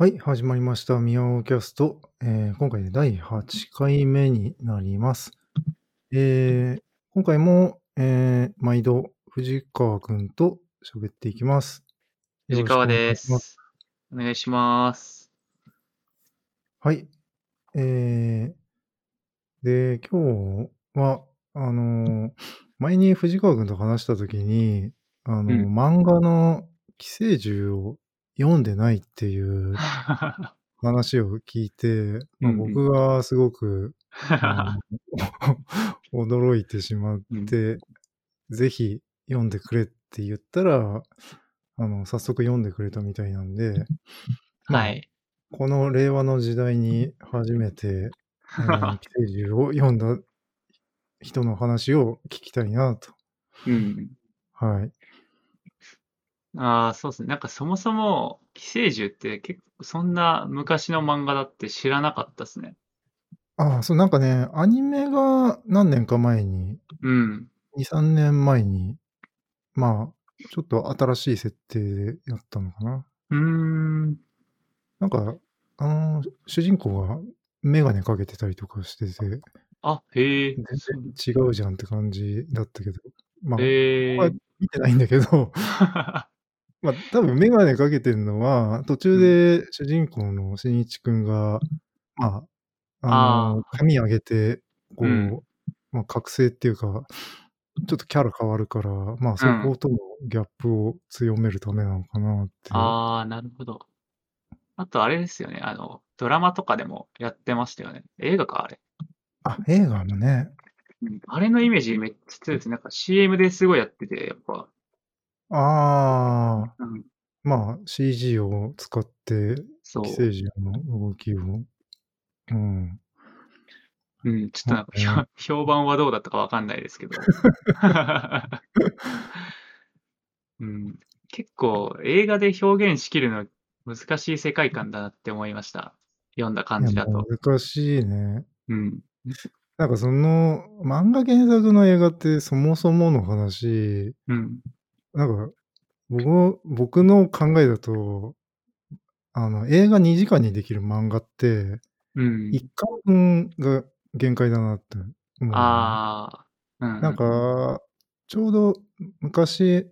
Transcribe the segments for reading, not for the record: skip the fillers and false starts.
はい、始まりました。ミヤオキャスト。今回で第8回目になります。今回も、毎度、藤川くんと喋っていきます。よろしく藤川お願いします。 です。お願いします。 はい。えで、今日は、前に藤川くんと話したときに、 うん。 漫画の寄生獣を読んでないっていう話を聞いて、 うんうん。 僕がすごく、あの、驚いてしまっうん。 て、ぜひ読んでくれって言ったら、早速読んでくれたみたいなんで、まあ、 はい。 この令和の時代に初めて、寄生獣を読んだ人の話を聞きたいなと。 うん。 はい。 ああ、そうですね。なんかそもそも、寄生獣って結構そんな昔の漫画だって知らなかったですね。 ああ、そう、なんかね、アニメが何年か前に、 うん。 2、3年前に、まあ、ちょっと新しい設定でやったのかな。 うーん。 なんか、主人公がメガネかけてたりとかしてて、 あ、へえ、 全そう。 然違うじゃんって感じだったけど、まあ、僕はへえ。 見てないんだけど、まあ、多分メガネかけてるのは、途中うん。 で主人公のしんいちくんが、まあ、 ああ、 髪上げて、 うん。 こまあ、覚醒っていうか、ちょっとキャラ変わるから、まあ、 うん。 そことのギャップを強めるためなのかなって。 ああ、なるほど。あとあれですよね。ドラマとかでもやってましたよね。映画か、あれ。 あ、映画もね。 うん。あれのイメージめっちゃ強いです。なんか CM ですごいやってて、やっぱ。 ああ。 うん。 まあ、CG を使って寄そ生獣の動きを、うん。 う。うん、ちょっとなんか、 まあね。 評判はどうだったかわかんないですけど。うん、結構映画で表現しきるの難しい世界観だなって思いました。読んだいや、 感じだと。 難しいね。 うん。 なんかその、漫画原作の映画ってそもそもの話、 うん。 なんか、僕の考えだと、映画2時間にできる漫画って、 うん。 1巻分が限界だなって思うんだよね。 ああ。うんうなんん。 か、ちょうど昔、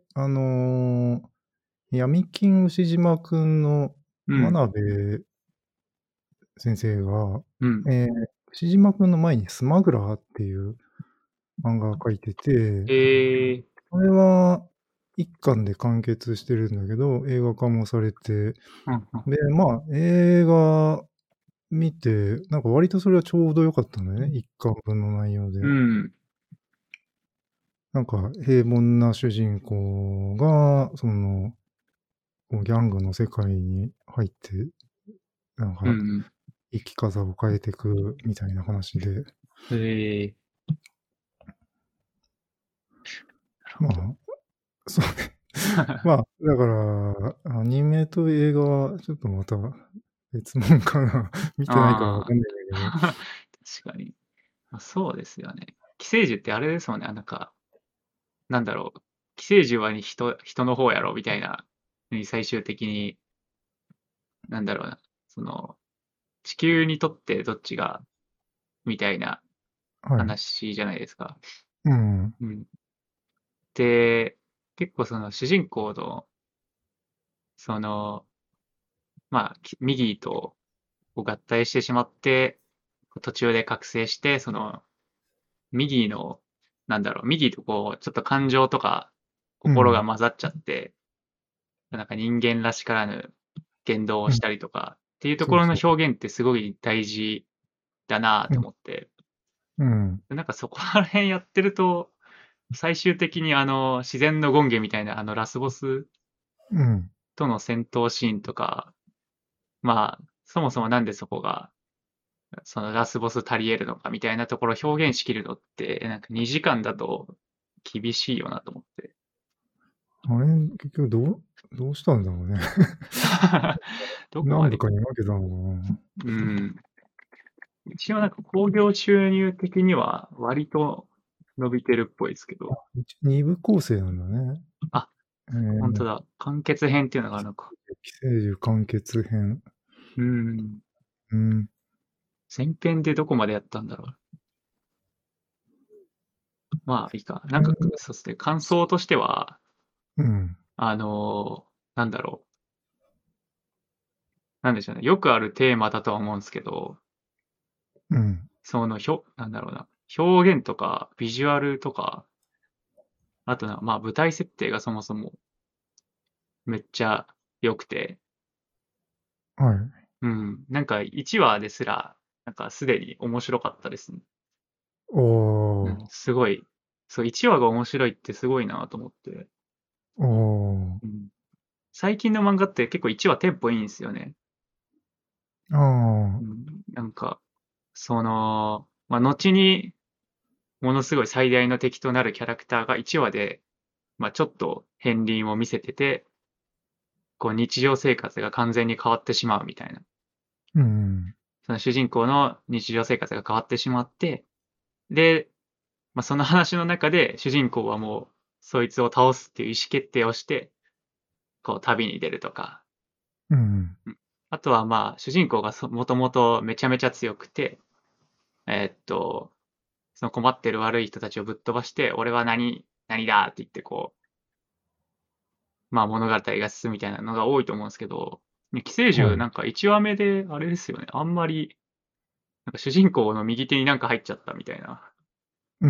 闇金牛島くんのうん。 真鍋先生が、 うん。 牛島くんの前にスマグラーっていう漫画を描いてて、 ええ。 これは一巻で完結してるんだけど、映画化もされて、 うんうん。 で、まあ、映画見て、なんか割とそれはちょうど良かったんだよね、一巻分の内容で。 うん。 なんか平凡な主人公が、こうギャングの世界に入って、なんかうん。 生き方を変えてくみたいな話で、 ええ。なるほど。 まあ、そうね。まあ、だから、アニメと映画はちょっとまた別物かな。見てないからわかああ。 んないんだけど。 確かに。そうですよね。寄生獣ってあれですもんね。なんか、なんだろう。寄生獣は人の方やろみたいな、に最終的に、なんだろうな。その、地球にとってどっちが、みたいなはい。 話じゃないですか。 うん。 うん。で、結構その主人公の、その、まあ、ミギーとこう合体してしまって、途中で覚醒して、その、ミギーの、なんだろう、ミギーとこう、ちょっと感情とか、心がうん。 混ざっちゃって、なんか人間らしからぬ言動をうん。 したりとか、っていうところのそうそう。 表現ってすごい大事だなうん。 と思って、 うん。 なんかそこら辺やってると、最終的に自然の権化みたいなラスボスうん。 との戦闘シーンとか、まあ、そもそもなんでそこが、そのラスボス足り得るのかみたいなところを表現しきるのって、なんか2時間だと厳しいよなと思って。 あれ、結局どうしたんだろうね。 どこまで、 何部かに分けたのかな。 うん。一応なんか興行収入的には割と伸びてるっぽいですけど。 2部構成なんだね。 あ、 えー、 本当だ。完結編っていうのがあるのか。 寄生獣完結編。 うん。 うん。 前編でどこまでやったんだろう。まあいいか。なんか、 うん。 そうですね。感想としては、 うん。 あのなんだろう。なんでしょうね。よくあるテーマだとは思うんですけど、 うん。 なんだろうな。表現とか、ビジュアルとか、あとまあ舞台設定がそもそもめっちゃ良くて、 はい。 うん。なんか1話ですら、なんかすでに面白かったですね。うん。 おー。 すごい。そう、1話が面白いってすごいなと思って。 おー。 うん。最近の漫画って結構1話テンポいいんですよね。 ああ。 うん。なんか、まあ、後にものすごい最大の敵となるキャラクターが1話で、まあ、ちょっと片鱗を見せてて、こう日常生活が完全に変わってしまうみたいな。 うん。 その主人公の日常生活が変わってしまって、で、まあ、その話の中で主人公はもうそいつを倒すっていう意思決定をして、こう旅に出るとか。 うん。 うん。あとはまあ主人公がもともとめちゃめちゃ強くて、その困ってる悪い人たちをぶっ飛ばして、俺は何だって言ってこう、まあ物語が進むみたいなのが多いと思うんですけど、寄生はい。 獣なんか1話目であれですよね。あんまり、なんか主人公の右手になんか入っちゃったみたいなうん。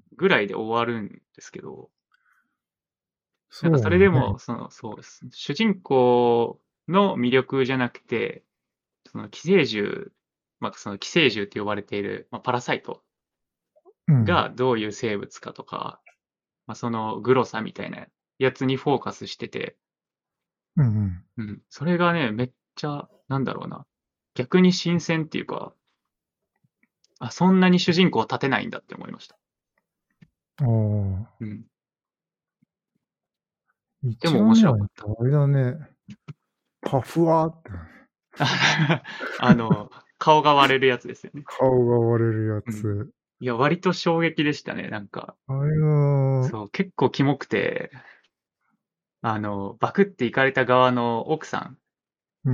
ぐらいで終わるんですけど、なんかそれそうね。 でも、そうです。主人公の魅力じゃなくて、その寄生獣、まあその寄生獣って呼ばれている、まあ、パラサイトうん。 がどういう生物かとか、まあ、そのグロさみたいなやつにフォーカスしてて、 うん。 うん。それがね、めっちゃ、なんだろうな。逆に新鮮っていうか、あ、そんなに主人公立てないんだって思いました。 ああ。 うん。でも面一番目は、 白かった。 あれだね。パフワーって、 あの、顔が割れるやつですよね。 顔が割れるやうん。 つ。 いや、割と衝撃でしたね。なんか、 あれが、 そう、結構キモくて、バクって行かれた側の奥さうん。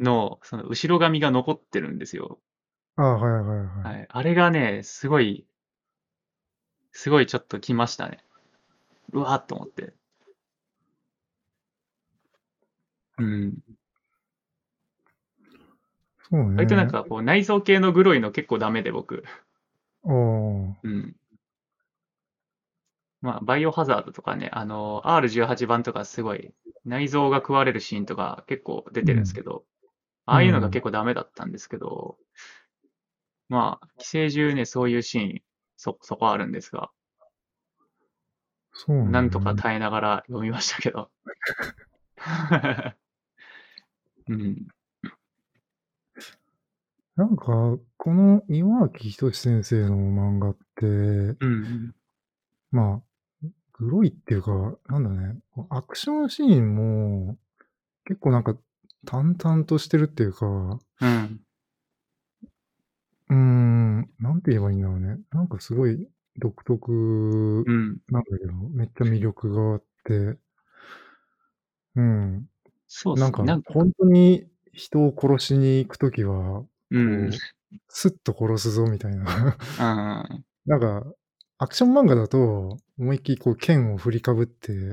んの、その後ろ髪が残ってるんですよ。 ああ、はいはいはい。 はい。あれがね、すごいちょっと来ましたね。うわーっと思って。うん。 そう割となんね。 かこう内臓系のグロいの結構ダメで僕。 ああ。 うん。まあ、バイオハザードとかね、R18 番とかすごい内臓が食われるシーンとか結構出てるんですうん。 けど、ああいうのがうん。 結構ダメだったんですけど、まあ、寄生獣ね、そういうシーン、そこあるんですが、 そうなんとかね。 耐えながら読みましたけど。うん。 なんか、この岩脇仁先生の漫画って、 うん。 まあ、グロいっていうか、なんだね、アクションシーンも結構なんか淡々としてるっていうか、 うん。 なんて言えばいいんだろうね。なんかすごい独特うん。 なんだけど、めっちゃ魅力があって、うん。 そうっすね。 なんかほんとに人を殺しに行くときは、 うん。 こう、スッと殺すぞみたいな。 うん。 なんか、アクション漫画だと、思いっきりこう剣を振りかぶって、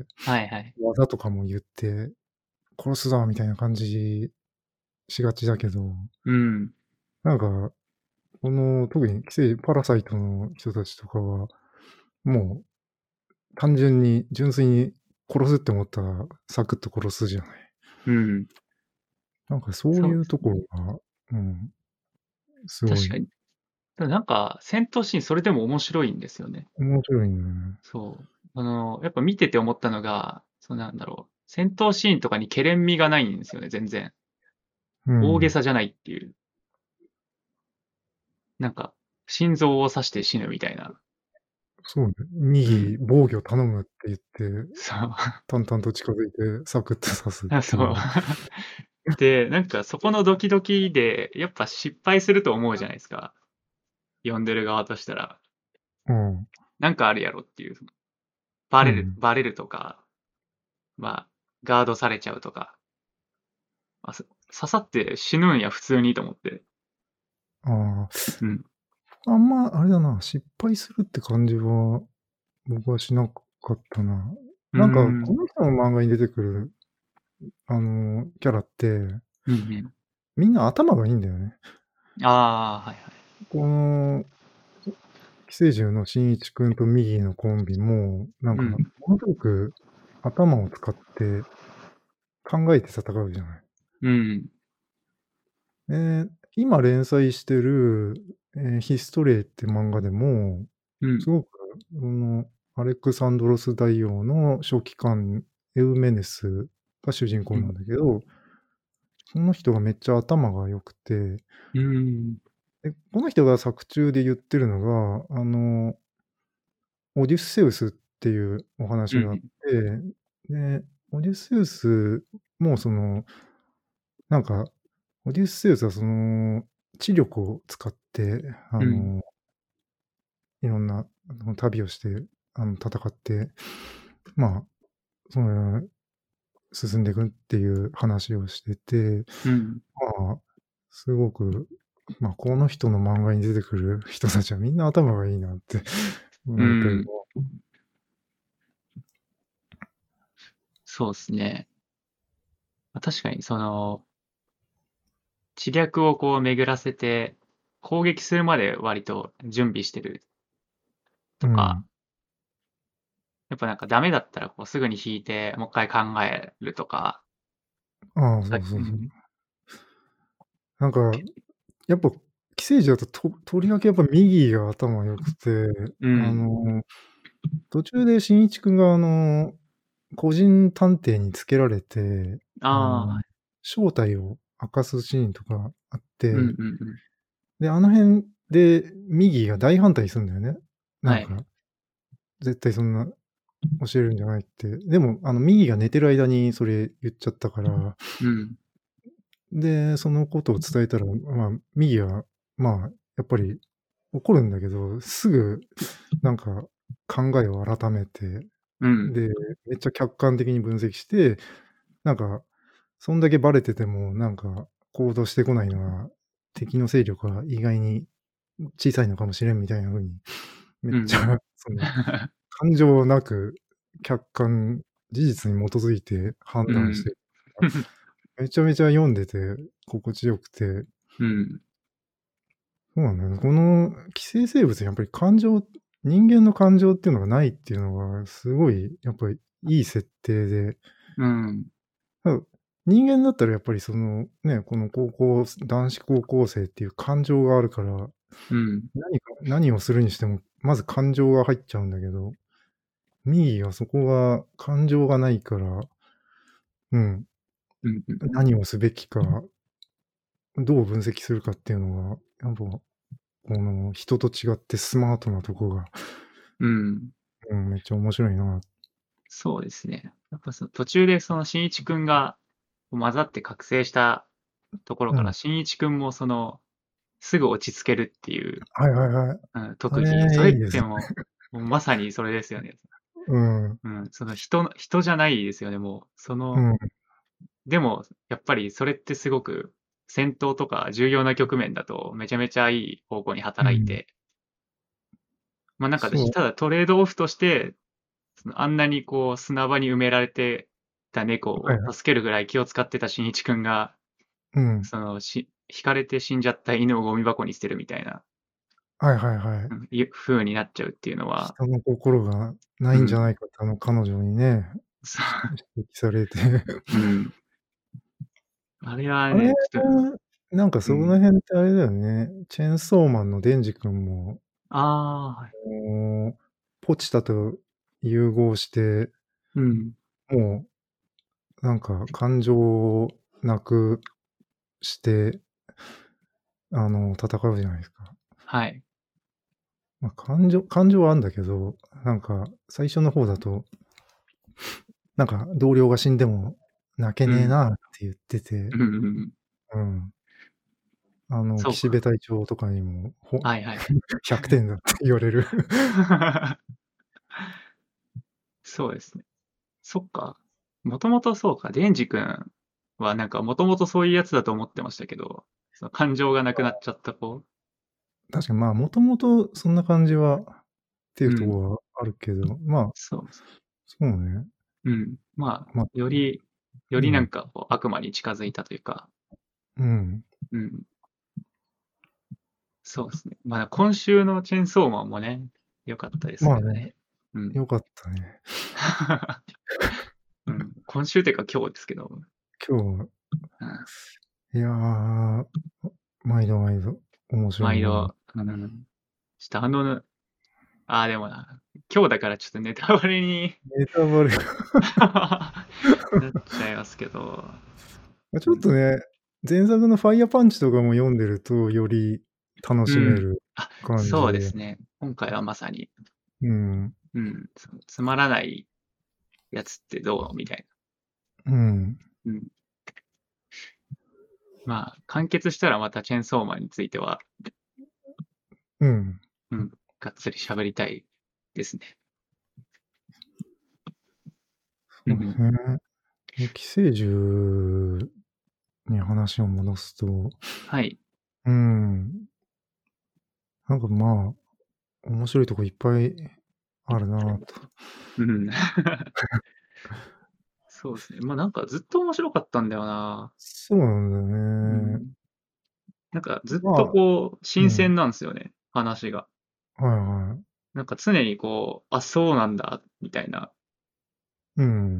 はいはい。 技とかも言って、殺すぞみたいな感じしがちだけど、 うん。 なんか、この特にパラサイトの人たちとかは、もう単純に純粋に殺すって思ったら、サクッと殺すじゃない。 うん。 なんかそういうとこそうですね。 ろが、うん、すごい確かに。なんか、戦闘シーンそれでも面白いんですよね。 面白いんだよね。 そう。やっぱ見てて思ったのが、なんだろう。戦闘シーンとかにケレン味がないんですよね、全然。大げうん。 さじゃないっていう。なんか、心臓を刺して死ぬみたいな。 そうね。 うん。 右防御頼むって言って、 そう。 淡々と近づいてサクッと刺すっそう。 ていう。 で、なんかそこのドキドキで、やっぱ失敗すると思うじゃないですか。読んでる側としたら。 うん。 なんかあるやろっていう。 うん。 バレるとか、まあ、ガードされちゃうとか。まあ、 刺さって死ぬんや、普通にと思って。 あうん。 あ、あんま、あれだな、失敗するって感じは、僕はしなかったな。 うーなんか、こん。 の人の漫画に出てくる、キャラって、 うんうん。 みんな頭がいいんだよね。 ああ、はいはい。 この、寄生獣の新一くんとミギーのコンビも、なんか、もうん。 のすごく頭を使って考えて戦うじゃない。 うん。 今連載してる、ヒストレイって漫画でも、 うん。 すごく、アレクサンドロス大王の書記官、エウメネスが主人公なんうん。 だけど、その人がめっちゃ頭が良くて、 うーん。 で、この人が作中で言ってるのが、オデュッセウスっていうお話があっうん。 て、で、オデュッセウスもなんか、オデュッセウスは知力を使って、あうん。 の、いろんな旅をして、戦って、まあ、進んでいくっていう話をしてて、 うん。 まあ、すごく、まあ、この人の漫画に出てくる人たちはみんな頭がいいなって思ったりうん。 も。 そうですね。確かに、知略をこう巡らせて、攻撃するまで割と準備してるとか、 うん。 やっぱなんかダメだったらこうすぐに引いて、もう一回考えるとか、 ああ、そはうそうそう。 うん。 なんか、やっぱ、寄生児だと、とりわけやっぱ右が頭良くて、あうん。 の、途中で新一君が個人探偵につけられて、 ああ、 正体を明かすシーンとかあっうんうて、 んうん。 で、あの辺で右が大反対するんだよね。なはい。 んか、絶対そんな教えるんじゃないって。でも、右が寝てる間にそれ言っちゃったから、 うん。 で、そのことを伝えたら、まあ、右は、まあ、やっぱり怒るんだけど、すぐなんか考えを改めて、 うん。 で、めっちゃ客観的に分析して、なんか、そんだけバレてても、なんか行動してこないのは、敵の勢力は意外に小さいのかもしれんみたいな風に、めっうんうん。 ちゃ感情なく、客観事実に基づいて判うん。 断してるから、めちゃめちゃ読んでて心地よくて、 うん。 そうなんだよね。この寄生生物やっぱり人間の感情っていうのがないっていうのが、すごいやっぱりいい設定で、 うん。 うん、人間だったらやっぱりこの男子高校生っていう感情があるから、 うん。 何をするにしても、まず感情が入っちゃうんだけど、ミーはそこが感情がないから、うん、 うん。うん。 何をすべきか、どう分析するかっていうのが、やっぱ、この人と違ってスマートなとこが、 うん。 うん、めっちゃ面白いな。 そうですね。やっぱ途中でその新一くんが混ざって覚醒したところから、 うん。 新一くんもすぐ落ち着けるっていう、 はいはいはい。 うん、 あ特技。それっれいいです。 てもうまさにそれですよね。 うん。 うん、人じゃないですよね、もう。 うん。 でも、やっぱりそれってすごく戦闘とか重要な局面だとめちゃめちゃいい方向にうん。 働いて、まあなんかそう。 ただトレードオフとして、あんなにこう砂場に埋められてた猫をはいはい。 助けるぐらい気を使ってた新一くんが、 うん。 惹かれて死んじゃった犬をゴミ箱に捨てるみたいな、 はいはいはい。 風になっちゃうっていうのは、 人の心がないんじゃうん、 ないかって、彼女にね、 そ指摘されて。 う、うん。あれはあれ、 ね、ちょっと、 なんかそうん。 の辺ってあれだよね。チェンソーマンのデンジ君も、 ああ、はい。 ポチタと融合して、 うん。 もうなんか感情をなくして、戦うじゃないですか。 はい。 ま、感情はあんだけど、なんか最初の方だと、なんか同僚が死んでも泣けうん。 ねえなって言ってて、 うんうんうん。 うん。 そうか。 岸辺隊長とかにも、 はいはい。 100点だって言われる。 そうですね。そっか。もともとそうか、デンジ君。 はなんかもともとそういうやつだと思ってましたけど、その感情がなくなっちゃった子。 確かにまあ、もともとそんな感じはっていうとこうん。 ろはあるけど、まあ、 そう。 そうね。 うん。まあ、 まあ、 よりなんうん、 かこう悪魔に近づいたというか、 うん。 うん。そうですね。まあ今週のチェンソーマンもね、良かったですまあね、 けどね。うん。 よかったね。 うん。今週というか今日ですけど。 今日は、 うん。 いやー、毎度毎度、面白いものが。 毎度、ちょっとでもな、今日だからちょっとネタバレにネタバレなっちゃいますけど、 ちょっとね、前作のファイヤーパンチとかも読んでると、より楽うん。 しめるあ、そうで感じで。 すね。今回はまさに、 うん。 つまらないやつってどうみたいうん。 な。まあ、完結したらまたチェンソーマンについては、 うん。 うん、がっつり喋りたいですね。うそうですん。 ね。で寄生獣に話を戻すと、 はい。 うん。なんかまあ、面白いとこいっぱいあるなぁと。 うん。そうですね。まあなんかずっと面白かったんだよな。 そうなんだよね。 うん。なんかずっとまあ、 こう、 うん。 新鮮なんですよね。話が。 はいはい。 なんか常にこう、あ、そうなんだ、みたいな、 うん。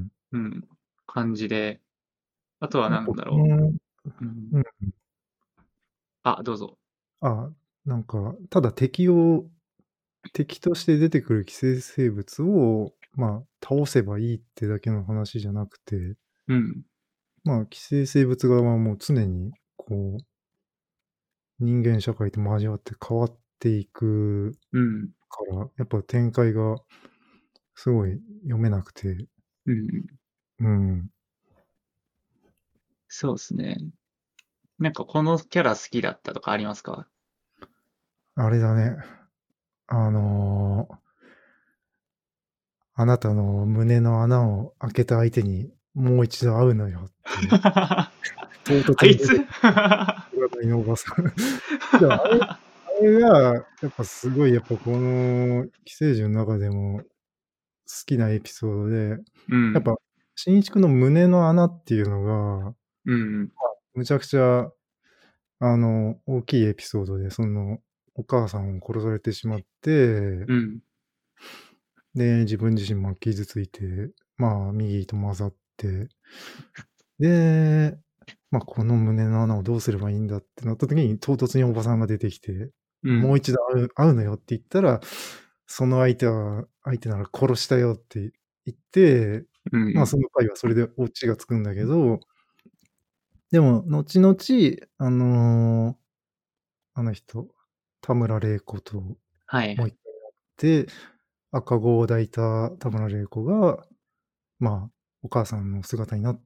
うん、感じで。あとはやっぱなんだろこの、 う。うん。 うん。 あ、どうぞ。 あ、なんか、ただ敵として出てくる寄生生物を、まあ、倒せばいいってだけの話じゃなくて、 うん。 まあ、寄生生物側はもう常に、こう、人間社会と交わって変わっていくうん。 から、やっぱ展開がすごい読めなくて、 うん。 うん。 そうですね。なんかこのキャラ好きだったとかありますか？ あれだね。あの、あなたの胸の穴を開けた相手にもう一度会うのよって唐突に出てあいつ占いのおばさん。でもあれが、やっぱすごいやっぱこの寄生獣の中でも好きなエピソードで、 うん。 やっぱ新一君の胸の穴っていうのが、 うん。 むちゃくちゃ、大きいエピソードで、お母さんを殺されてしまって、 うん。 で、自分自身も傷ついて、まあ、右と混ざって、で、まあ、この胸の穴をどうすればいいんだってなった時に、唐突におばさんが出てきて、 うん。 もう一度会うのよって言ったら、その相手なら殺したよって言って、まあ、 うん。 その回はそれでオチがつくんだけど、でも、後々、あの人、田村玲子とはい。 もう一回会って、赤子を抱いた田村玲子が、まあ、お母さんの姿になって、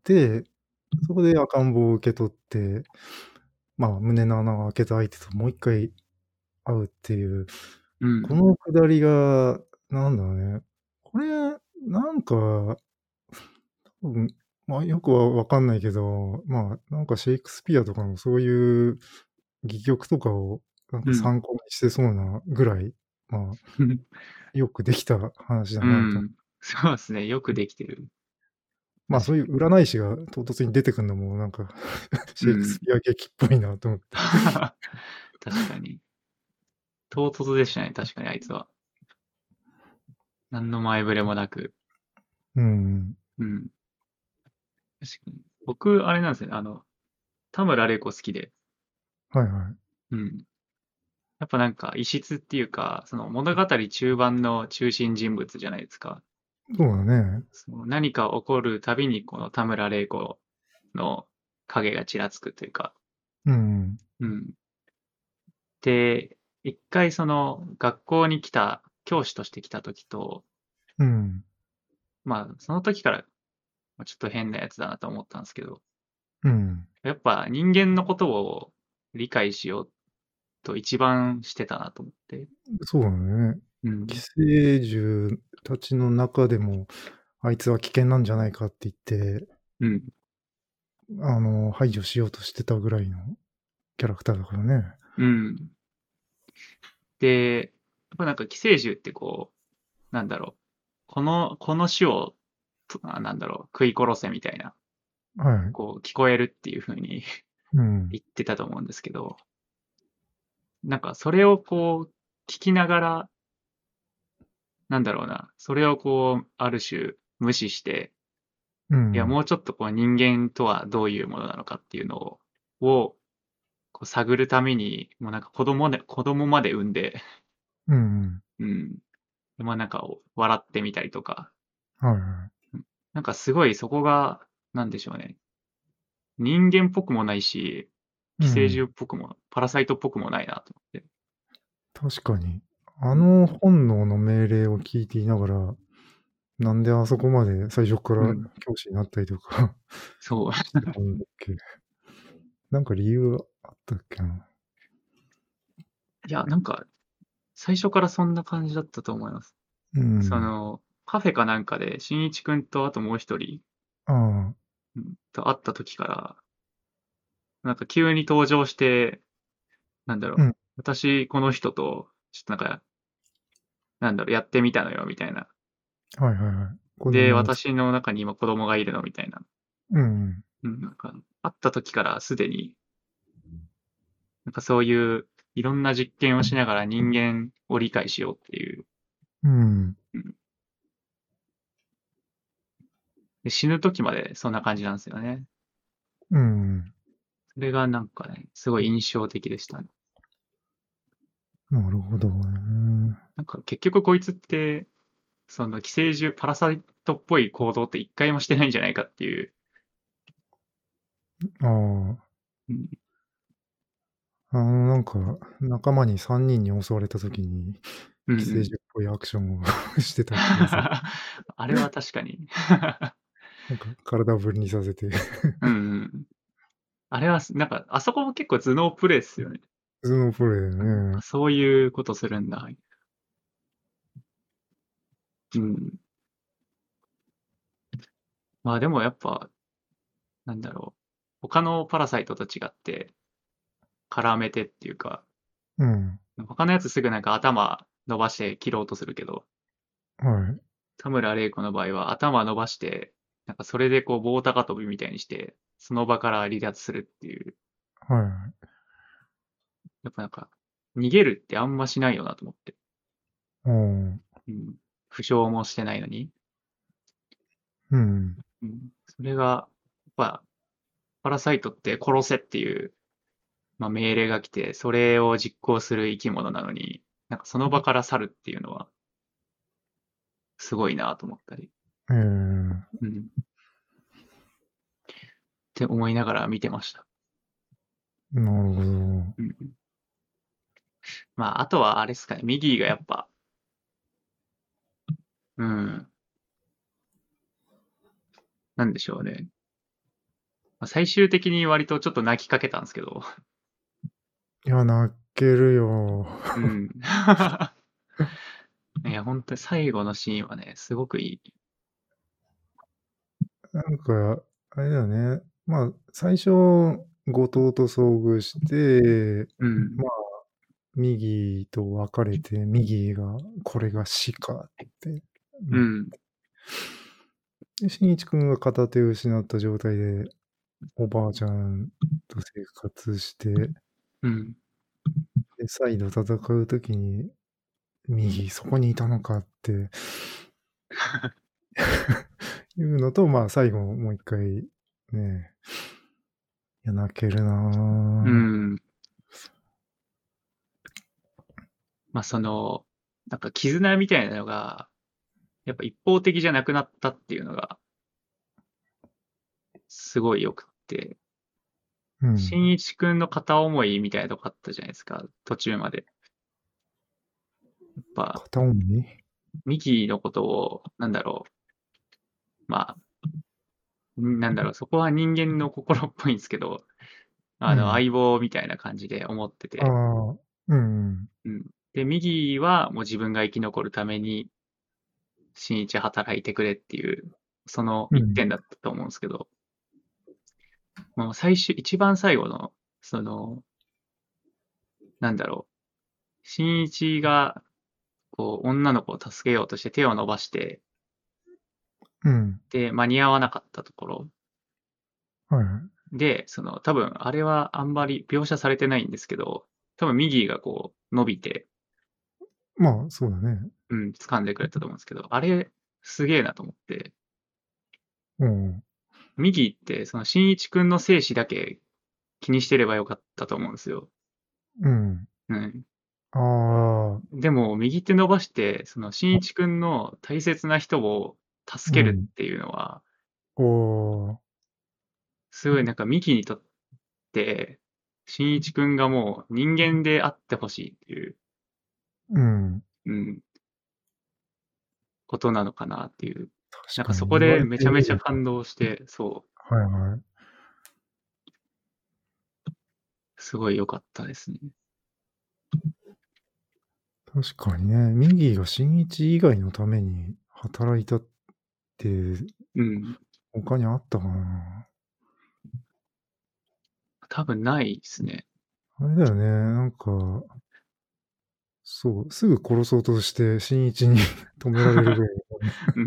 そこで赤ん坊を受け取って、まあ、胸の穴を開けた相手ともう一回会うっていう、 うん。 このくだりが、なんだろうね。これ、なんか、多分、まあ、よくはわかんないけど、まあ、なんかシェイクスピアとかのそういう戯曲とかをなんかうん。 参考にしてそうなぐらい、まあ、よくできた話だなと。 うん。そうですね。よくできてる。 まあ、そういう確かに。 占い師が唐突に出てくるのもなんかシェイクスうん。 ピア劇っぽいなと思って。 確かに。唐突でしたね。確かにあいつは。何の前触れもなく。 うん。 うん。確かに。僕、あれなんですよね。田村玲子好きで。 はいはい。 うん。やっぱなんか異質っていうか、その物語中盤の中心人物じゃないですか。 そうだね。 その何か起こるたびにこの田村玲子の影がちらつくというか。 うん。 うん。で、一回その学校に来た、教師として来た時と、 うん。 まあその時からちょっと変なやつだなと思ったんですけど、 うん。 やっぱ人間のことを理解しようと一番してたなと思って。 そうだね。寄うん。 生獣たちの中でも、あいつは危険なんじゃないかって言って、 うん。 排除しようとしてたぐらいのキャラクターだからね。 うん。で、やっぱなんか寄生獣ってこう、なんだろう。この種を、なんだろう、食い殺せみたいな、 はい。 こう、聞こえるっていう風にうん。 言ってたと思うんですけど、なんかそれをこう、聞きながら、なんだろうな、それをこう、ある種無視して、いや、 うん。 もうちょっとこう人間とはどういうものなのかっていうのをこう探るために、もうなんか子供まで産んで、 うん。 うん。まあなんか笑ってみたりとか、 はいはうんなんかすごいそこが、なんでしょうね。人間っぽくもないし、 い。う寄生ん。 獣っぽくも、パラサイトっぽくもないなと思って。 確かに。あうん。 の本能の命令を聞いていながら、なんであそこまで最初からうん。 教師になったりとかそう。 したんだっけ。なんか理由あったっけな。 いや、なんか、最初からそんな感じだったと思います。 うん。 その、カフェかなんかで、新一くんとあともう一人、 ああ。 と会った時から、なんか急に登場して、なんだろう、 うん。 私、この人と、ちょっとなんか、なんだろう、やってみたのよ、みたいな。 はいはいはい。子で、 供を私の中に今子供がいるの、みたいな。 うん。 うん、なんか、会った時からすでに、なんかそういういろんな実験をしながら人間を理解しようっていう。 うん。 うん、で死ぬ時までそんな感じなんですよね。 うん。 それがなんかね、すごい印象的でしたね。 なるほどね。 なんか結局こいつって、その寄生獣、パラサイトっぽい行動って一回もしてないんじゃないかっていう。 ああ。 うん。 なんか、仲間に3人に襲われた時に、寄生うんうん。 獣っぽいアクションをしてた気がする。 あれは確かに。 なんか体を分離させてうんうん。あれは、なんか、あそこも結構頭脳プレイっすよね。 普通のプレイだようん、 ね。 そういうことするんだ。うん。まあでもやっぱ、なんだろう。他のパラサイトと違って、絡めてっていうか、 うん。 他のやつすぐなんか頭伸ばして切ろうとするけど、 はい。 田村玲子の場合は頭伸ばして、なんかそれでこう棒高跳びみたいにして、その場から離脱するっていう。 はい。 やっぱなんか、逃げるってあんましないよなと思って。 うん。 うん。負傷もしてないのに。 うん。 うん。それが、やっぱ、パラサイトって殺せっていう、まあ、命令が来て、それを実行する生き物なのに、なんかその場から去るっていうのは、すごいなと思ったり。 ええ、 うん。って思いながら見てました。 なるほど。 うん。まあ、あとはあれですかね、ミギーがやっぱ、うん、なんでしょうね。まあ、最終的に割とちょっと泣きかけたんですけど、 いや、泣けるよ。 うん。いや、本当に最後のシーンはね、すごくいい。 なんか、あれだよね。まあ、最初、後藤と遭遇して、 うん、 まあ、右と別れて、右が、これが死かってなっうん、 て、新一君が片手を失った状態で、おばあちゃんと生活して、 うん。 で、再度戦うときに、右、そこにいたのかっていうのと、まあ、最後もう一回、ね、いや、泣けるうなぁ。 ん。まあ、その、なんか絆みたいなのが、やっぱ一方的じゃなくなったっていうのが、すごい良くって、 うん。 新一くんの片思いみたいなとこあったじゃないですか、途中まで。やっぱ、 片思いミキのことを、なんだろう、まあ、なんだろう、そこは人間の心っぽいんですけど、 うん。 相棒みたいな感じで思ってあて、 あ、うん。 うん。で、右はもう自分が生き残るために、新一働いてくれっていう、そのうん。 一点だったと思うんですけど、 もう一番最後の、その、なんだろう、新一が、こう、女の子を助けようとして手を伸ばして、 うん。 で、間に合わなかったところはいはい。 で、多分、あれはあんまり描写されてないんですけど、多分、ミギーがこう、伸びて、 まあ、そうだね。 うん、掴んでくれたと思うんですけど、あれ、すげえなと思って、 うん。 ミギーって、新一くんの生死だけ気にしてればよかったと思うんですよ。 うん。 うん。 ああ、 でも、右手伸ばして、新一くんの大切な人を助けるうん。 っていうのは、 おー、 すごいなんかミキにとって、新一くんがもう人間であってほしいっていう、 うん。 うん、ことなのかなっていう。なんか確かそこに言われてでめちゃめみれば、 ちゃ感動して、そはいはい。 う、すごい良かったですね。 確かにね、ミギーが新一以外のために働いたってうん。 他にあったかな。 多分ないですね。 あれだよね、なんか、そう、すぐ殺そうとして新一に止められるぐらいだね。 うん。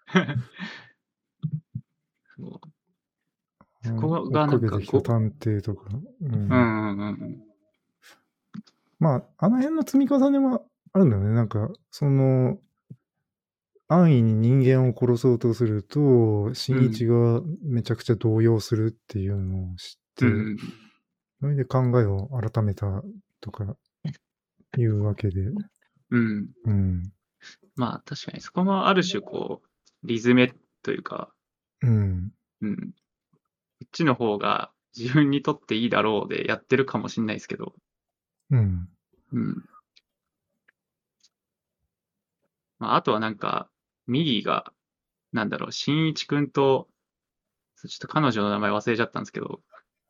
そう、そうん、 こがなん追っかけかてきた探偵とか。うん。 うんうんうんうん。 まあ、あの辺の積み重ねはあるんだよね。なんか、安易に人間を殺そうとすると、新一うん。 がめちゃくちゃ動揺するっていうのを知って、 うんうん。 それで考えを改めたとかいうわけで。 うん。 うん。 まあ確かにそこもある種こう、リズメというか、 うん。 うん。こっちの方が自分にとっていいだろうでやってるかもしれないですけど、 うん。 うん。まああとはなんか、ミギーが、なんだろう、新一くんと、ちょっと彼女の名前忘れちゃったんですけど、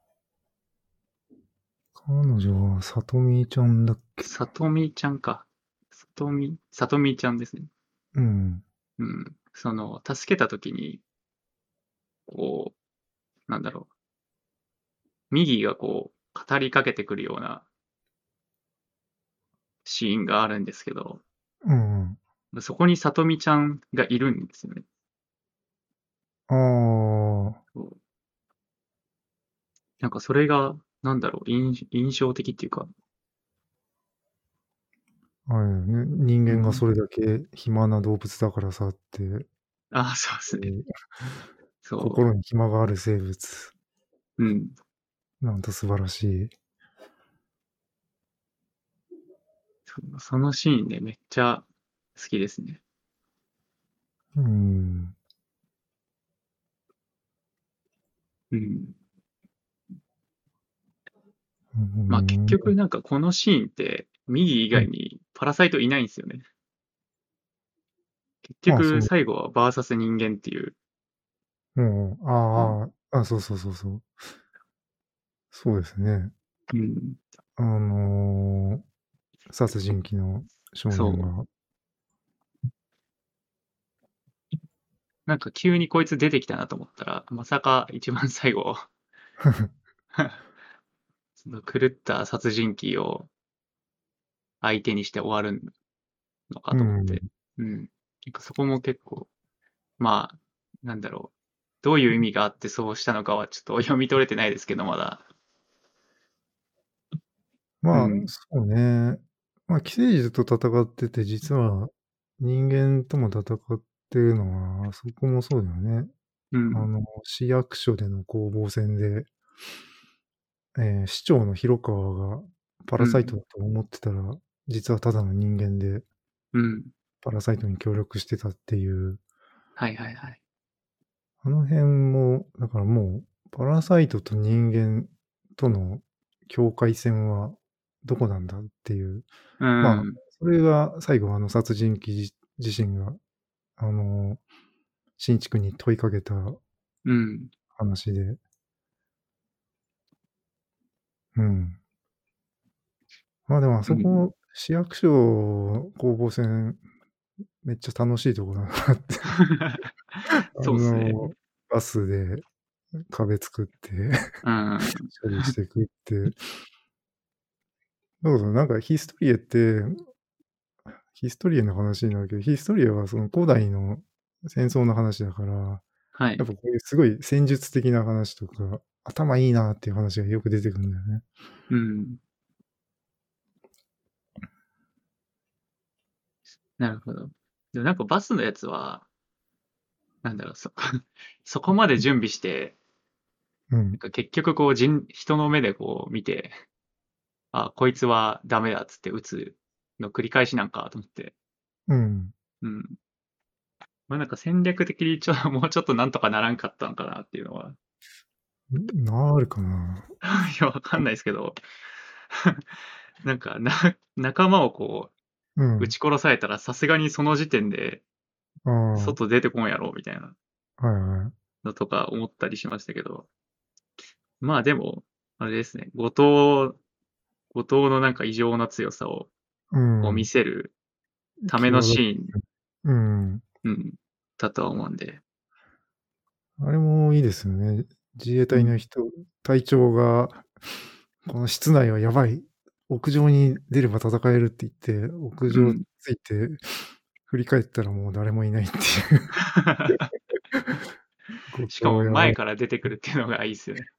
彼女は、さとみちゃんだっけ？ さとみちゃんか。さとみちゃんですね。 うん。 うん。助けたときに、こう、なんだろう、ミギーがこう、語りかけてくるようなシーンがあるんですけど、 うん。 そこにさとみちゃんがいるんですよね。 ああ、 そうなんかそれが、なんだろう、印象的っていうか、 あれだよね。人うん。 間がそれだけ暇な動物だからさって、 ああ、そうですね。そ心に暇がある生物。 う。うん。 なんと素晴らしい。 そのシーンね、めっちゃ好きですね。 うん。 うん。 うまあ結ん。 局なんかこのシーンって、ミギー以うん。 外にパラサイトいないんですよね。結まあ、そ局う。 最後はバーサス人間っていう。 うん。 うん。 そうそうそうそう。そうですね。 うん。 あの殺人鬼の少そう。 年が。 なんか急にこいつ出てきたなと思ったら、まさか一番最後その狂った殺人鬼を相手にして終わるのかうん。 と思って。うん。なんかそこも結構、まあ、なんだろう。どういう意味があってそうしたのかはちょっと読み取れてないですけど、まだ。うまあ、 ん。 そうね。まあ、寄生獣と戦ってて、実は人間とも戦ってるのは、そこもそうだよね。 うん。 市役所での攻防戦で、市長の広川がパラサイトうん。 だと思ってたら、実はただの人間で、 うん。 パラサイトに協力してたっていう、 はいはいはい。 あの辺も、だからもう、パラサイトと人間との境界線はどこなんだっていう。 うまあ、 ん。 それが最後殺人鬼自身が、あの、新築に問いかけたうん。 話で、うん。まあでもあうん。 そこ、市役所攻防戦、めっちゃ楽しいとこだなって。あそうっすね。 の、バスで、 壁作って、 うん。 処理していくって。そうそう、なんかヒストリエって、ヒストリエの話になるけど、ヒストリエはその古代の戦争の話だから、 はい。 やっぱこういうすごい戦術的な話とか、頭いいなっていう話がよく出てくるんだよね。 うん。なるほど。でもなんかバスのやつは、なんだろう、そこまで準備して、 うん。 なんか結局こう人の目でこう見て、あ、こいつはダメだっつって撃つの繰り返しなんかと思って。 うん。 うん。まあなんか戦略的にもうちょっとなんとかならんかったのかなっていうのは。 なるかな。 いや、わかんないですけど、なんか仲間をこう、撃うん。 ち殺されたらさすがにその時点でああ、 外出てこんやろみたいなはいはい。 のとか思ったりしましたけど、まあでも、あれですね、後藤のなんか異常な強さをうこう見ん。 せるための際立シーン、 って。うん。 うん、だとは思うんで。 あれもいいですよね。自衛うん、 隊の隊長が、この室内はやばい。屋上に出れば戦えるって言って、屋上うん。 ついて、振り返ったらもう誰もいないっていう。後しかも藤やばい。 前から出てくるっていうのがいいですよね。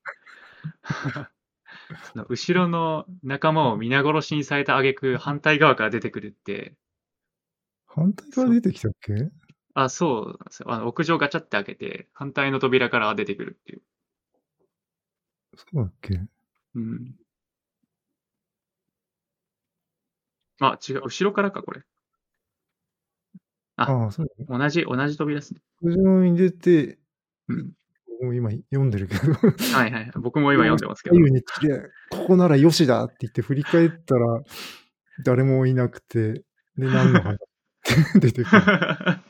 その後ろの仲間を皆殺しにされた挙句、反対側から出てくるって、 反対からそう、 出てきたっけ？ そうなんですよ。屋上ガチャって開けて、反対の扉から出てくるっていう。 そうだっけ？ うん。違う。後ろからか、これ。あ、 ああ、そうだね。 同じ扉ですね。 屋上に出て、いうん。 僕も今読んでるけど、 はいはい。僕も今読両んでますけど。 左右に散れ、ここならよしだって言って振り返ったら、誰もいなくて、で、何の話って出てくる。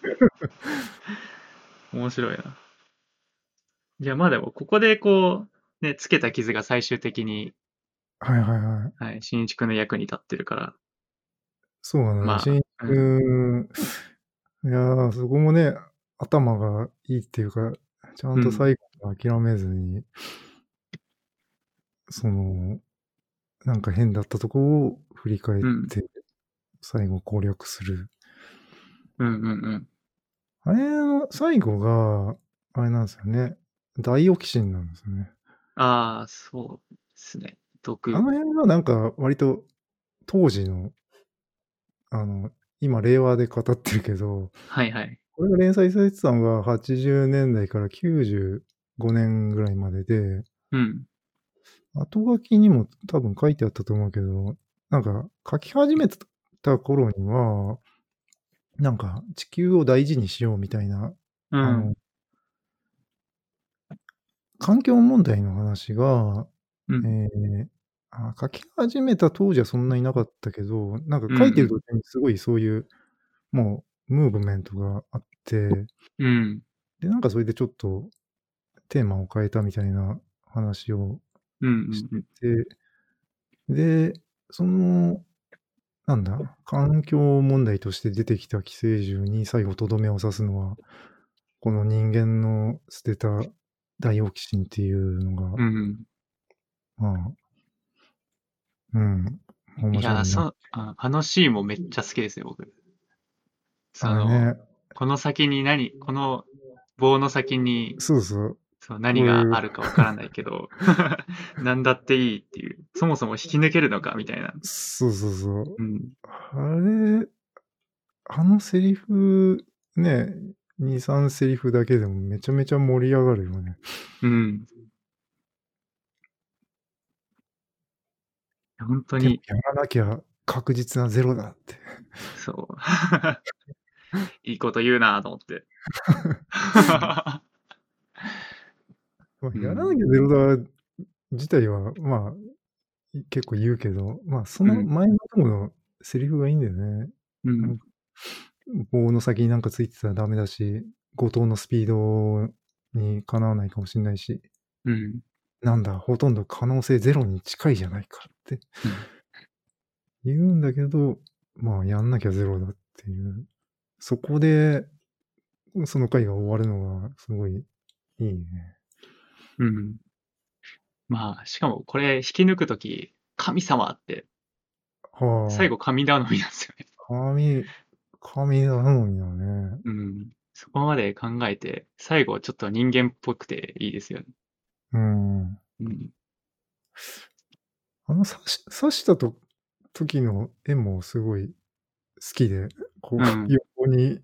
面白いな。いや、まあでも、ここでこう、ね、つけた傷が最終的に、 はいはいはい。 はい、新一くんの役に立ってるから、 そうなんだよ。しんいちまあ、うん、 くん、いや、そこもね、頭がいいっていうか、ちゃんとうん、 最後まで諦めずに、その、なんか変だったとこを振り返っうん、 て、最後攻略する。 うん、うん、うん。 あれの最後が、あれなんですよね。ダイオキシンなんですよね。 そうですね。 あの辺はなんか割と当時の、あの、今令和で語ってるけど、 はいはい。 これが連載されてたのが80年代から95年ぐらいまでで、 うん、 後書きにも多分書いてあったと思うけど、なんか書き始めた頃には、なんか地球を大事にしようみたいな、あの、 うん、 環境問題の話が、 うん、 ええ、書き始めた当時はそんなになかったけど、なんかうん、 書いてるうん、 途中にすごいそういう、もうムーブメントがあって、 うん、 で、なんかそれでちょっとテーマを変えたみたいな話をうん、 しうん、 て、で、その、なんだ、環境問題として出てきた寄生獣に最後とどめを刺すのは、この人間の捨てたダイオキシンっていうのが、 うん。 まあ、うん、面いや、 白いな。 あのシーンもめっちゃ好きですね、僕。その、 あれね、 この棒の先に、 そうそう、 何こういう、 があるかわからないけど、何だっていいっていう、そもそも引き抜けるのかみたいな。 そうそうそう。 うん、 あれ、あのセリフ、ね、2、3セリフだけでもめちゃめちゃ盛り上がるよね。 うん。本当でもに、 やらなきゃ確実なゼロだって。 そう。いいこと言うなと思って。 まあ、 うん、 やらなきゃゼロだ自体は、まあ、結構言うけど、まあ、そうん、 の前の方のセリフがいいんだよね。 うん、 なんか棒の先になんかついてたらダメだし、後藤のスピードにかなわないかもしんないし、 うん、 なんだ、ほとんど可能性ゼロに近いじゃないかってうん。 言うんだけど、まあ、やんなきゃゼロだっていう。そこで、その回が終わるのがすごいいいね。 うん。まあ、しかもこれ引き抜くとき、神様って、最は後神頼みなんですよね。 あ、神頼みだね。 うん。そこまで考えて、最後ちょっと人間っぽくていいですよね。 うん。 うん。 刺した時の絵もすごい好きで、こう、 うん。 横に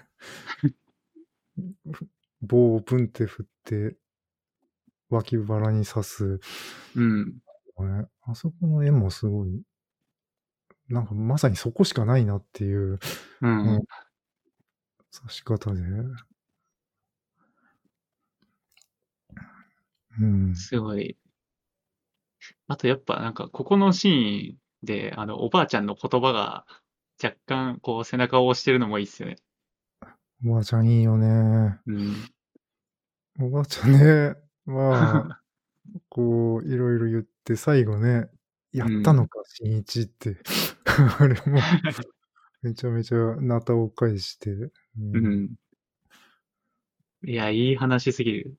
棒をプンって振って、脇腹に刺す、 うん。 ね。あそこの絵もすごい、なんかまさにそこしかないなっていう、 ううん、 ん。 刺し方で。うん。 すごい。あとやっぱなんかここのシーンで、おばあちゃんの言葉が若干こう背中を押してるのもいいっすよね。 おばあちゃんいいよね。 うん。 おばあちゃんね、まあ、こう、いろいろ言って、最後ね、やうん。 ったのか、新一って。あれもめちゃめちゃなたを返して、うん。 うん。いや、いい話すぎる。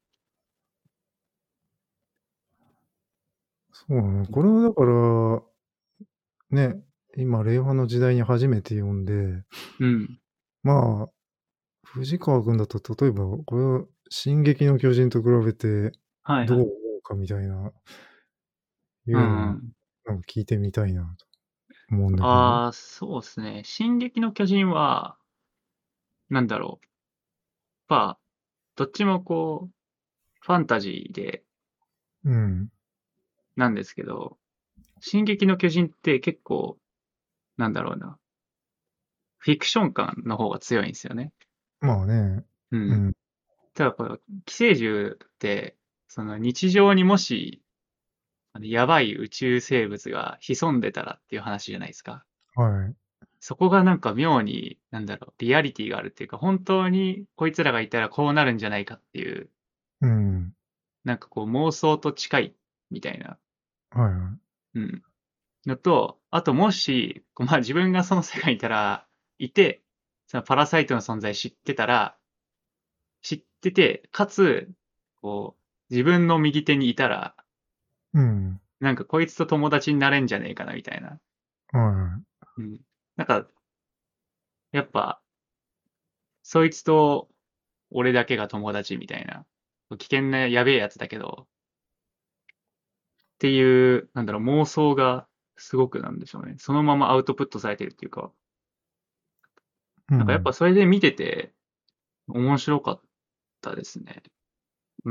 そうね。これはだから、ね、今令和の時代に初めて読んで、 うん。 まあ、藤川君だと例えば、これを進撃の巨人と比べてどう思はいはい。 うかみたいな、いううのも、 んうん。 なんか聞いてみたいなと思うんだけど。 ああ、そうですね。進撃の巨人は、なんだろう。まあ、どっちもこう、ファンタジーで、 うん。 なんですけど、進撃の巨人って結構、なんだろうな。フィクション感の方が強いんですよね。 まあね、 うん。 うん。 ただこの寄生獣って、その日常にもし、やばい宇宙生物が潜んでたらっていう話じゃないですか。 はい。 そこがなんか妙に、なんだろう、リアリティがあるっていうか、本当にこいつらがいたらこうなるんじゃないかっていう、 うん。 なんかこう妄想と近いみたいな、 はいはい。 うん。のと、あともし、まあ自分がその世界にいたら、いて、そのパラサイトの存在知ってて、かつ、こう、自分の右手にいたら、 うん。 なんかこいつと友達になれんじゃねえかなみたいな。 はいはい。 うん。なんか、やっぱ、そいつと俺だけが友達みたいな。危険なやべえやつだけど、っていう、なんだろう、妄想がすごくなんでしょうね。そのままアウトプットされてるっていうか、なんかやっぱうん。 それで見てて面白かったですね。うん。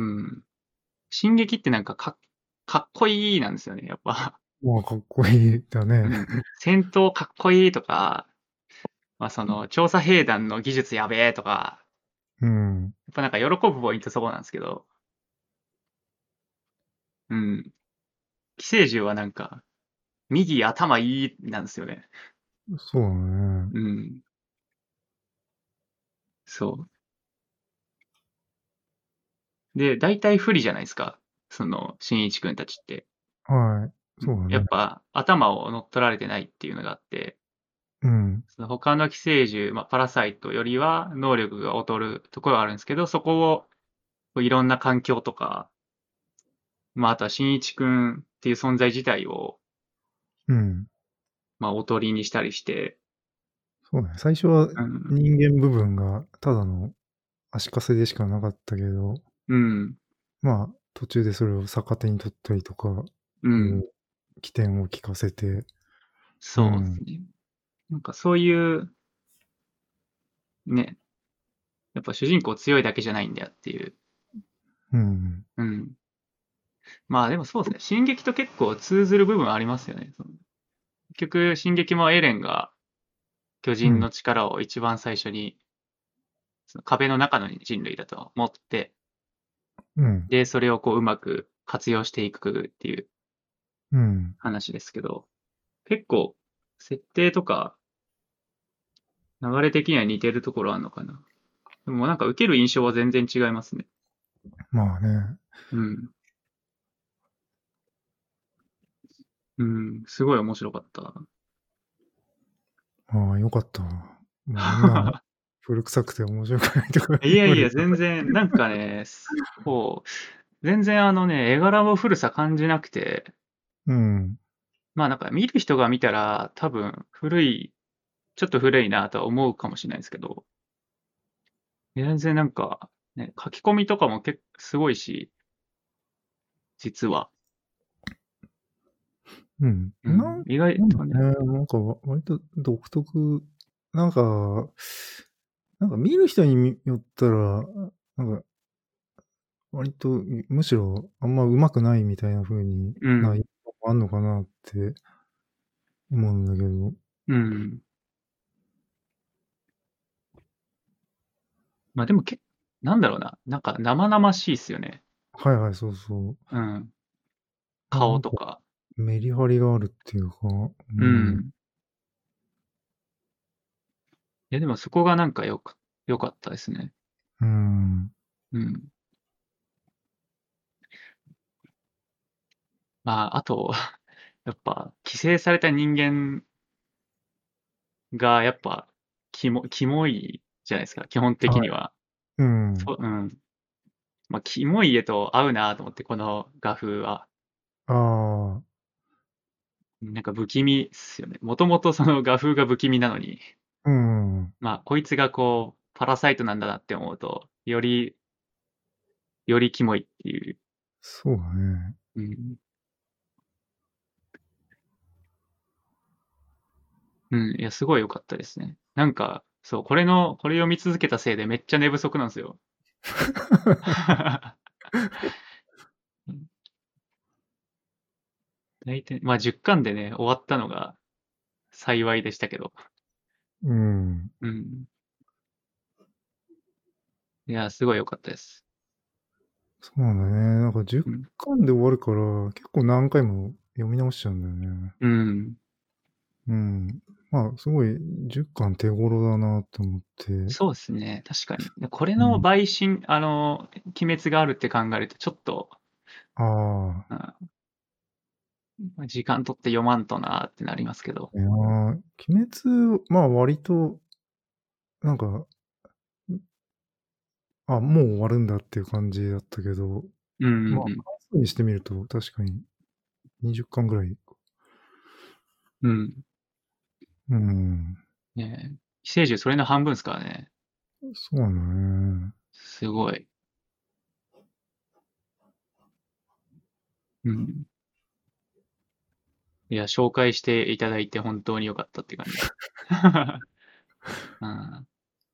進撃ってなんかかっこいいなんですよね、やっぱ。 まあ、かっこいいだね。 うん。戦闘かっこいいとか、まあその調査兵団の技術やべえとか、 うん。 やっぱなんか喜ぶポイントそこなんですけど、うん。寄生獣はなんか、右頭いいなんですよね。 そうだね。 うん。そう。で、大体不利じゃないですか。その、新一くんたちって。 はい。 うん。 そうだね。 やっぱ、頭を乗っ取られてないっていうのがあって、 うん。 その他の寄生獣、まあ、パラサイトよりは能力が劣るところがあるんですけど、そこをこういろんな環境とか、まあ、あとは新一くんっていう存在自体を、 うん。 まあ、おとりにしたりして、 そうだね。最初はうん、 人間部分がただの足かせでしかなかったけど、 うん、 まあ、途中でそれを逆手に取ったりとかいううん、 起点を聞かせて、うそうでん。 すね。なんかそういう、ね、やっぱ主人公強いだけじゃないんだよっていう。 うん。 うん。まあでもそうですね。進撃と結構通ずる部分ありますよね。その結局、進撃もエレンが巨うん。 人の力を一番最初に、その壁の中の人類だと思って、 うん。 で、それをこううまく活用していくっていううん。 話ですけど、結構、設定とか流れ的には似てるところあるのかな。でもなんか受ける印象は全然違いますね。 まあね。 うん。うん。すごい面白かった。 ああ、よかったわ。もうあんな古臭くて面白くないとか言われたいやいや、全然、なんかね、そう。 全然絵柄も古さ感じなくて、 うん。 まあなんか見る人が見たら多分ちょっと古いなとは思うかもしれないですけど、全然なんか、ね、書き込みとかも結構すごいし、実は。 うん。 うん。意外なんだとね。 ね、なんか割と独特、なんか、なんか見る人によったら、なんか割とむしろあんま上手くないみたいな風にな印うん。 象もあんのかなって思うんだけど。 うん。まあでもなんだろうな。なんか生々しいっすよね。 はいはい、そうそう。 うん。 なんか顔とか。 メリハリがあるっていうか、 うん。いやでもそこがなんかよかったですね。 うん。 うん。まああと、やっぱ、規制された人間がやっぱ、キモいじゃないですか。基本的にはい。 は。 うん。 うん。まあ、キモい絵と合うなと思って、この画風は。 ああ、 なんか不気味っすよね。もともとその画風が不気味なのに、 うん。 まあ、こいつがこう、パラサイトなんだなって思うと、よりキモいっていう。 そうだね。 うん。うん。いや、すごい良かったですね。なんか、そう、これを見続けたせいでめっちゃ寝不足なんですよ。うん大体、まあ10巻でね、終わったのが幸いでしたけど。 うん。 うん。いや、すごい良かったです。 そうなんだね。なんか10 うん。 巻で終わるから、結構何回も読み直しちゃうんだよね。 うん。 うん。まあ、すごい10巻手頃だなと思って。 そうですね。確かに。でこれのうん。 陪審、鬼滅があるって考えると、ちょっと、 ああ、 うんまあ時間取って読まんとなーってなりますけど。 いや、鬼滅、まあ割と、なんか、あ、もう終わるんだっていう感じだったけど、 うんうんまあ、 うん。 関数にしてみると確かに20巻ぐらい。 うん。 うん。 ねえ。寄生獣それの半分ですからね。 そうなんだね。 すごい。うん。いや、紹介していただいて本当に良かったって感じです。うん。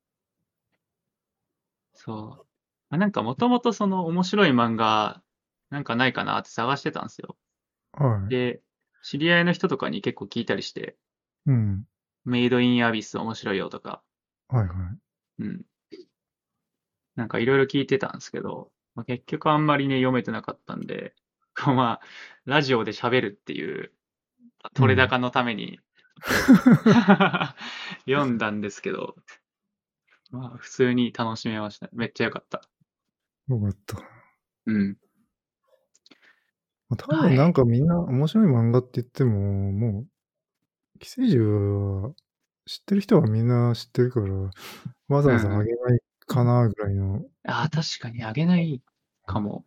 そう。まあ、なんかもともとその面白い漫画、なんかないかなって探してたんですよ。 はい。 で、知り合いの人とかに結構聞いたりして、 うん。 メイドインアビス面白いよとか、 はいはい。 うん。なんかいろいろ聞いてたんですけど、まあ、結局あんまりね、読めてなかったんで、まあ、ラジオで喋るっていううん。 取れ高のために読んだんですけど、まあ、普通に楽しめました。めっちゃ良かった。 よかった。 うん。 ま、多分なんはい。 かみんな面白い漫画って言っても、もう、寄生獣は知ってる人はみんな知ってるから、わざわざあうんうん。 げないかなぐらいの。 ああ、確かにあげないかも。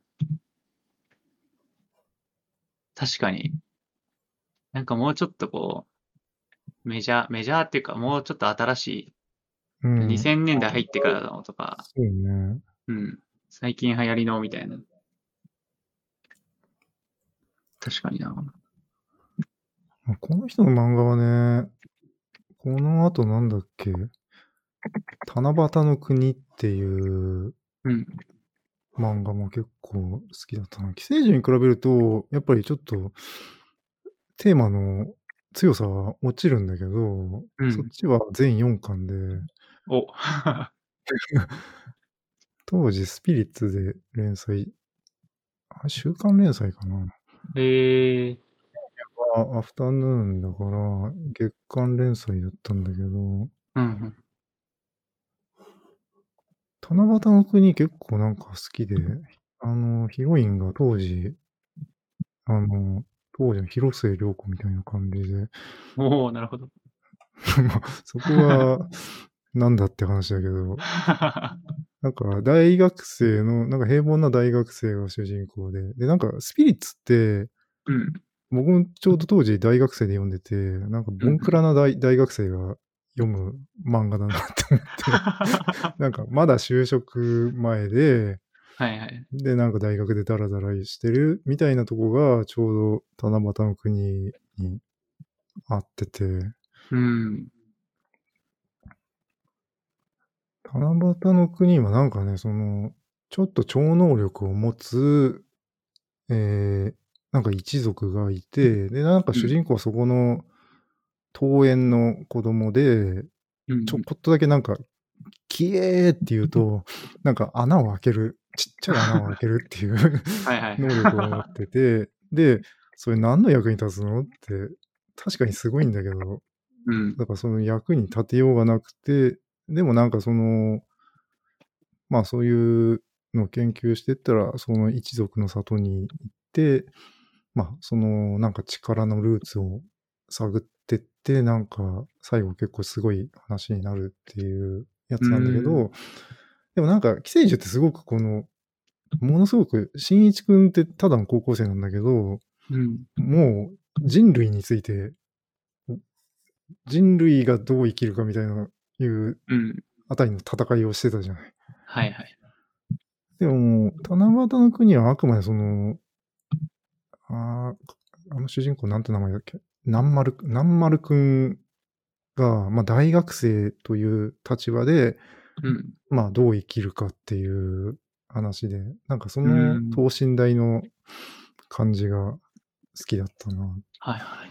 確かに。なんかもうちょっとこメジャーっていうか、もうちょっと新しい、 うん。 2000年代入ってからのとか、 そうね。 うん。最近流行りのみたいな。確かにな。 ま、この人の漫画はね、この後なんだっけ、七夕の国っていううん。 漫画も結構好きだったな。寄生獣に比べると、やっぱりちょっとテーマの強さは落ちるんだけど、 うん。 そっちは全4巻で、 お。 当時スピリッツで連載、あ、週刊連載かな。 えー。 アフタヌーンだから、月刊連載だったんだけど、 うん。 七夕の国結構なんか好きで、ヒロインがあの、当時の広末涼子みたいな感じで、 おお、なるほど。 まあ、そこはなんだって話だけど、 なんか大学生の、なんか平凡な大学生が主人公で、で、なんかスピリッツって、 うん。 僕もちょうど当時大学生で読んでて、なんかボンクラな大学生が読む漫画だなって思って、なんかまだ就職前で、 はいはい。 で、なんか大学でダラダラしてるみたいなとこがちょうど七夕の国にあってて、 うん。 七夕の国はなんかね、ちょっと超能力を持つ、えーなんか一族がいて、で、なんかうん。 主人公はそこの桃園の子供で、 うん。 ちょこっとだけなんか、キエーって言うと、なんか穴を開ける、ちっちゃい穴を開けるっていうはいはい。 能力を持ってて、で、それ何の役に立つのって、確かにすごいんだけど、 うん。 だからその役に立てようがなくて、でもなんかまあそういうのを研究してったら、その一族の里に行って、まあそのなんか力のルーツを探ってって、なんか最後結構すごい話になるっていうやうつなんだけん。 ど、でもなんか寄生獣ってすごくものすごく、新一くんってただの高校生なんだけど、 うん。 もう人類について、人類がどう生きるかみたいないううん。 あたりの戦いをしてたじゃない。 はいはい。 でも、七夕の国はあくまでああの主人公なんて名前だっけ、南丸くんが、まあ大学生という立場で、 うん。 まあどう生きるかっていう話で、なんかそうのん。 等身大の感じが好きだったな。 はいはい。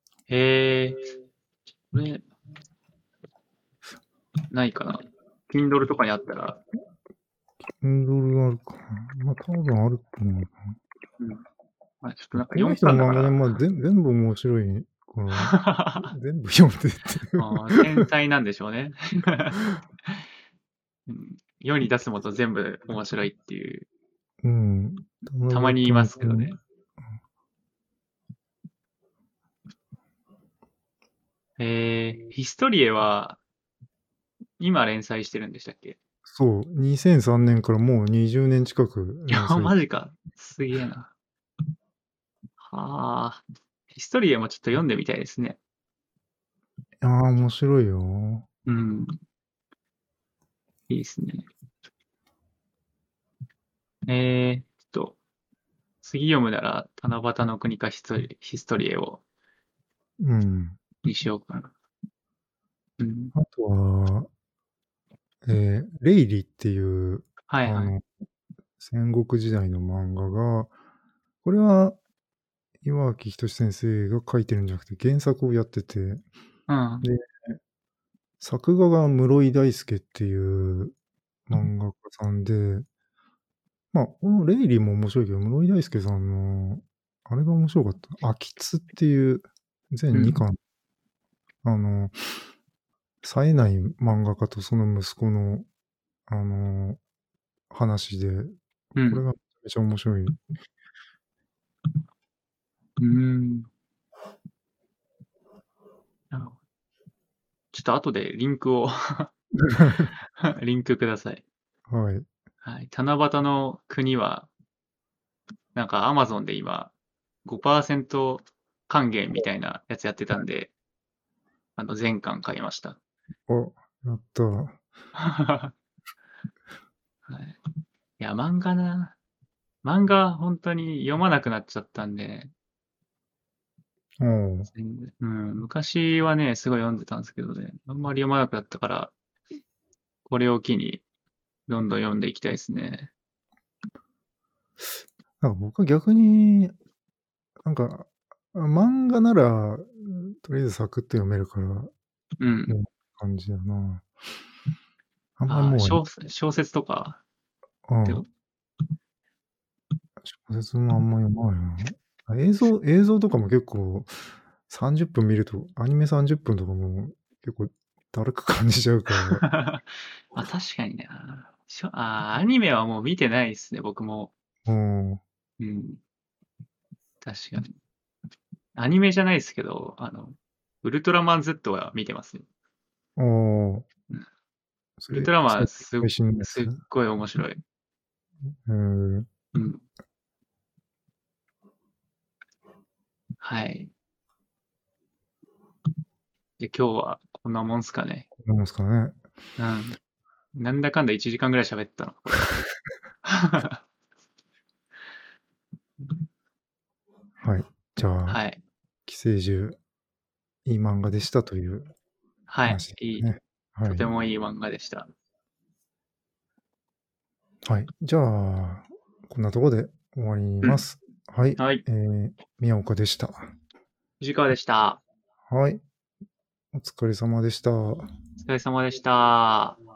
これ、ないかな。Kindle とかにあったら、 Kindle あるかな。まあ多分あると思うな。 うん。まあ、ちょっとなんかこの読ん人の漫画ね、 だんだから、 まあ全部面白いから、全部読んでって。 天才なんでしょうね。うん、世に出すもの全部面白いっていう、 うん。七たまに言いま夕のすけどね。ヒストリエは今連載してるんでしたっけ？ そう、2003年からもう20年近くいや、 連載。いマジか。すげえな。はあ。ヒストリエもちょっと読んでみたいですね。 やー、面白いよ。 うん。いいですね。ちょっと、次読むなら、七夕の国かヒストリエをうん。 にしようかな。うん。 あとは、レイリっていう、 はいはい。 あの、戦国時代の漫画が、これは岩脇仁先生が書いてるんじゃなくて原作をやってて、 うん。 で、作画が室井大輔っていう漫画家さんで、まあ、このレイリーも面白いけど、室井大輔さんの、あれが面白かった。秋津っていう全うん。 2巻、あの、冴えない漫画家とその息子の、あの、話で、 うん。 これがめちゃめちゃ面白い。 うん。なるほど。ちょっと後でリンクをリンクください。 はい。 はい。七夕の国は、なんか Amazon で今、5%還元みたいなやつやってたんで、全巻買いました。 お、やった。 はい。いや、漫画な。漫画本当に読まなくなっちゃったんで、 おう。 うん、昔はね、すごい読んでたんですけどね、あんまり読まなくなったから、これを機にどんどん読んでいきたいですね。 なんか僕は逆に、なんか、漫画なら、とりあえずサクッと読めるから、もうん。 う感じだな。あんまりああ、 もう、 小説とかってこうん、小説もあんま読まないな。映像とかも結構30分見ると、アニメ30分とかも結構だるく感じちゃうから。 あ、確かにな。アニメはもう見てないですね、僕も。 うん。 うん、確かに。アニメじゃないですけど、ウルトラマン Z は見てますよ。 ああ、 うん。 それ、 ウルトラマン最新のやすっつ。 ごい面白い。うん。はい。で、今日はこんなもんすかね。 なんですかね。 うん。なんだかんだ1時間ぐらい喋ったの、これ。 はい。じゃあ、 はい。 寄生獣、いい漫画でしたというはい。 話ですね。はい。 とてもいい漫画でした。 はい。じゃあ、こんなところで終わります。はい。 はい。 宮岡でした。 藤川でした。 はい。お疲れ様でした。 お疲れ様でした。